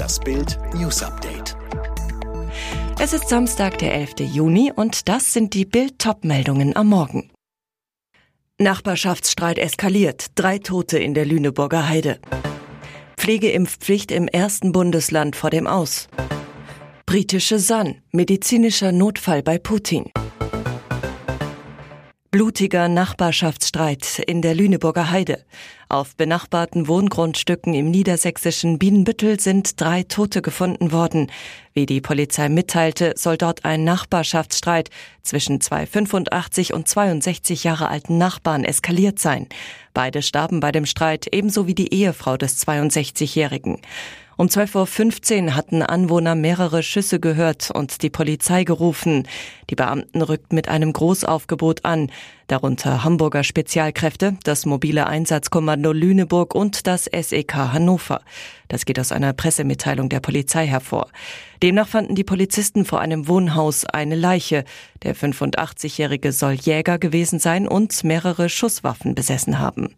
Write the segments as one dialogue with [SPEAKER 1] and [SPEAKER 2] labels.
[SPEAKER 1] Das Bild News Update.
[SPEAKER 2] Es ist Samstag, der 11. Juni und das sind die Bild-Top-Meldungen am Morgen. Nachbarschaftsstreit eskaliert, 3 Tote in der Lüneburger Heide. Pflegeimpfpflicht im ersten Bundesland vor dem Aus. Britische Sun, medizinischer Notfall bei Putin. Blutiger Nachbarschaftsstreit in der Lüneburger Heide. Auf benachbarten Wohngrundstücken im niedersächsischen Bienenbüttel sind 3 Tote gefunden worden. Wie die Polizei mitteilte, soll dort ein Nachbarschaftsstreit zwischen 2 85 und 62 Jahre alten Nachbarn eskaliert sein. Beide starben bei dem Streit, ebenso wie die Ehefrau des 62-Jährigen. Um 12:15 Uhr hatten Anwohner mehrere Schüsse gehört und die Polizei gerufen. Die Beamten rückten mit einem Großaufgebot an, darunter Hamburger Spezialkräfte, das mobile Einsatzkommando Lüneburg und das SEK Hannover. Das geht aus einer Pressemitteilung der Polizei hervor. Demnach fanden die Polizisten vor einem Wohnhaus eine Leiche. Der 85-Jährige soll Jäger gewesen sein und mehrere Schusswaffen besessen haben.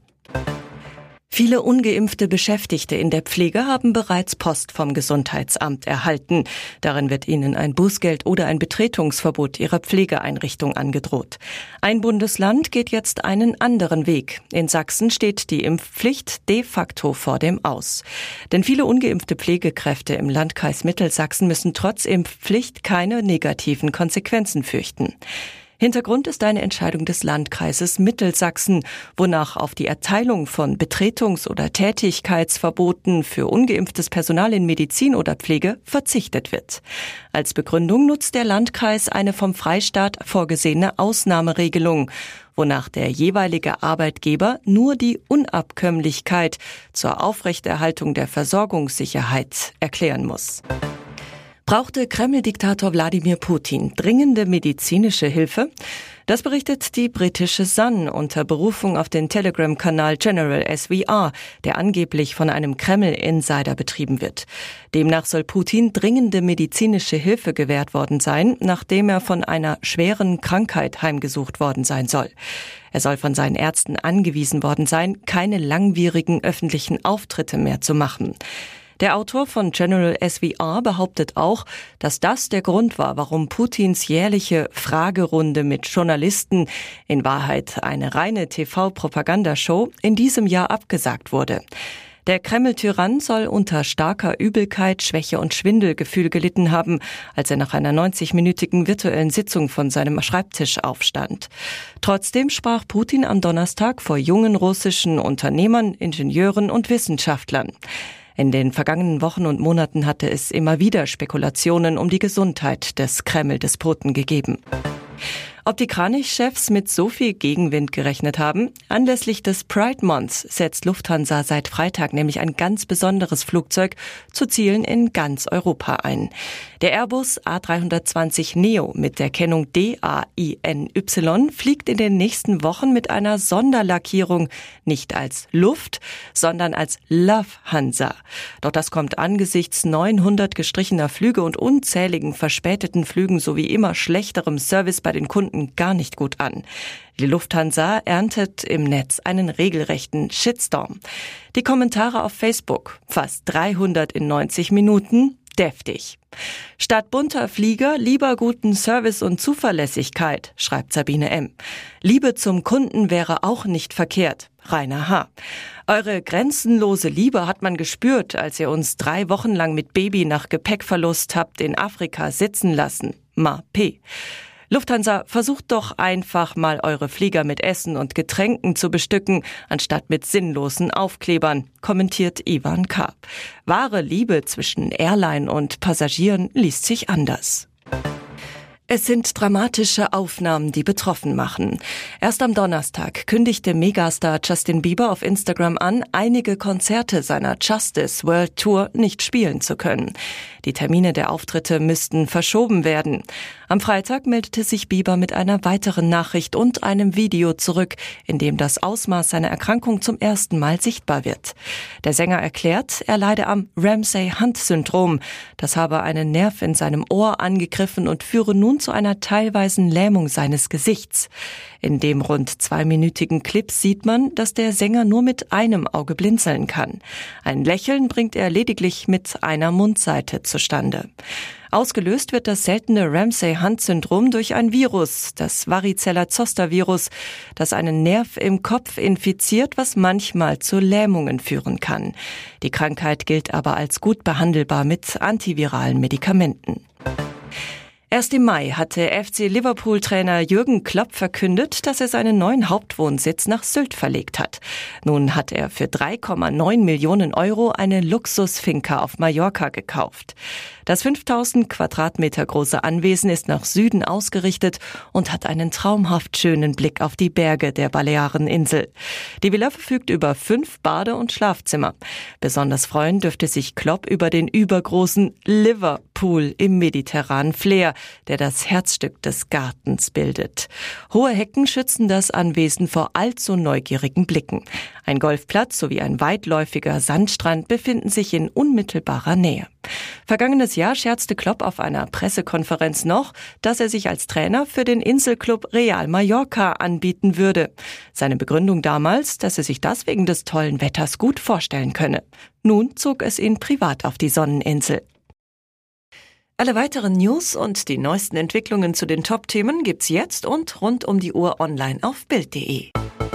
[SPEAKER 2] Viele ungeimpfte Beschäftigte in der Pflege haben bereits Post vom Gesundheitsamt erhalten. Darin wird ihnen ein Bußgeld oder ein Betretungsverbot ihrer Pflegeeinrichtung angedroht. Ein Bundesland geht jetzt einen anderen Weg. In Sachsen steht die Impfpflicht de facto vor dem Aus. Denn viele ungeimpfte Pflegekräfte im Landkreis Mittelsachsen müssen trotz Impfpflicht keine negativen Konsequenzen fürchten. Hintergrund ist eine Entscheidung des Landkreises Mittelsachsen, wonach auf die Erteilung von Betretungs- oder Tätigkeitsverboten für ungeimpftes Personal in Medizin oder Pflege verzichtet wird. Als Begründung nutzt der Landkreis eine vom Freistaat vorgesehene Ausnahmeregelung, wonach der jeweilige Arbeitgeber nur die Unabkömmlichkeit zur Aufrechterhaltung der Versorgungssicherheit erklären muss. Brauchte Kreml-Diktator Wladimir Putin dringende medizinische Hilfe? Das berichtet die britische Sun unter Berufung auf den Telegram-Kanal General SVR, der angeblich von einem Kreml-Insider betrieben wird. Demnach soll Putin dringende medizinische Hilfe gewährt worden sein, nachdem er von einer schweren Krankheit heimgesucht worden sein soll. Er soll von seinen Ärzten angewiesen worden sein, keine langwierigen öffentlichen Auftritte mehr zu machen. Der Autor von General SVR behauptet auch, dass das der Grund war, warum Putins jährliche Fragerunde mit Journalisten, in Wahrheit eine reine TV-Propagandashow, in diesem Jahr abgesagt wurde. Der Kreml-Tyrann soll unter starker Übelkeit, Schwäche und Schwindelgefühl gelitten haben, als er nach einer 90-minütigen virtuellen Sitzung von seinem Schreibtisch aufstand. Trotzdem sprach Putin am Donnerstag vor jungen russischen Unternehmern, Ingenieuren und Wissenschaftlern. In den vergangenen Wochen und Monaten hatte es immer wieder Spekulationen um die Gesundheit des Kreml-Despoten gegeben. Ob die Kranich-Chefs mit so viel Gegenwind gerechnet haben? Anlässlich des Pride Months setzt Lufthansa seit Freitag nämlich ein ganz besonderes Flugzeug zu Zielen in ganz Europa ein. Der Airbus A320 Neo mit der Kennung DAINY fliegt in den nächsten Wochen mit einer Sonderlackierung nicht als Luft, sondern als Lufthansa. Doch das kommt angesichts 900 gestrichener Flüge und unzähligen verspäteten Flügen sowie immer schlechterem Service bei den Kunden gar nicht gut an. Die Lufthansa erntet im Netz einen regelrechten Shitstorm. Die Kommentare auf Facebook: fast 300 in 90 Minuten, deftig. Statt bunter Flieger lieber guten Service und Zuverlässigkeit, schreibt Sabine M. Liebe zum Kunden wäre auch nicht verkehrt, Rainer H. Eure grenzenlose Liebe hat man gespürt, als ihr uns 3 Wochen lang mit Baby nach Gepäckverlust habt in Afrika sitzen lassen, Ma P. Lufthansa, versucht doch einfach mal eure Flieger mit Essen und Getränken zu bestücken, anstatt mit sinnlosen Aufklebern, kommentiert Ivan K. Wahre Liebe zwischen Airline und Passagieren liest sich anders. Es sind dramatische Aufnahmen, die betroffen machen. Erst am Donnerstag kündigte Megastar Justin Bieber auf Instagram an, einige Konzerte seiner Justice World Tour nicht spielen zu können. Die Termine der Auftritte müssten verschoben werden. Am Freitag meldete sich Bieber mit einer weiteren Nachricht und einem Video zurück, in dem das Ausmaß seiner Erkrankung zum ersten Mal sichtbar wird. Der Sänger erklärt, er leide am Ramsay-Hunt-Syndrom. Das habe einen Nerv in seinem Ohr angegriffen und führe nun nun zu einer teilweisen Lähmung seines Gesichts. In dem rund 2-minütigen Clip sieht man, dass der Sänger nur mit einem Auge blinzeln kann. Ein Lächeln bringt er lediglich mit einer Mundseite zustande. Ausgelöst wird das seltene Ramsay-Hunt-Syndrom durch ein Virus, das Varicella-Zoster-Virus, das einen Nerv im Kopf infiziert, was manchmal zu Lähmungen führen kann. Die Krankheit gilt aber als gut behandelbar mit antiviralen Medikamenten. Erst im Mai hatte FC Liverpool-Trainer Jürgen Klopp verkündet, dass er seinen neuen Hauptwohnsitz nach Sylt verlegt hat. Nun hat er für 3,9 Millionen Euro eine Luxusfinca auf Mallorca gekauft. Das 5000 Quadratmeter große Anwesen ist nach Süden ausgerichtet und hat einen traumhaft schönen Blick auf die Berge der Baleareninsel. Die Villa verfügt über 5 Bade- und Schlafzimmer. Besonders freuen dürfte sich Klopp über den übergroßen Liverpool im mediterranen Flair, der das Herzstück des Gartens bildet. Hohe Hecken schützen das Anwesen vor allzu neugierigen Blicken. Ein Golfplatz sowie ein weitläufiger Sandstrand befinden sich in unmittelbarer Nähe. Vergangenes Jahr scherzte Klopp auf einer Pressekonferenz noch, dass er sich als Trainer für den Inselclub Real Mallorca anbieten würde. Seine Begründung damals, dass er sich das wegen des tollen Wetters gut vorstellen könne. Nun zog es ihn privat auf die Sonneninsel. Alle weiteren News und die neuesten Entwicklungen zu den Top-Themen gibt's jetzt und rund um die Uhr online auf Bild.de.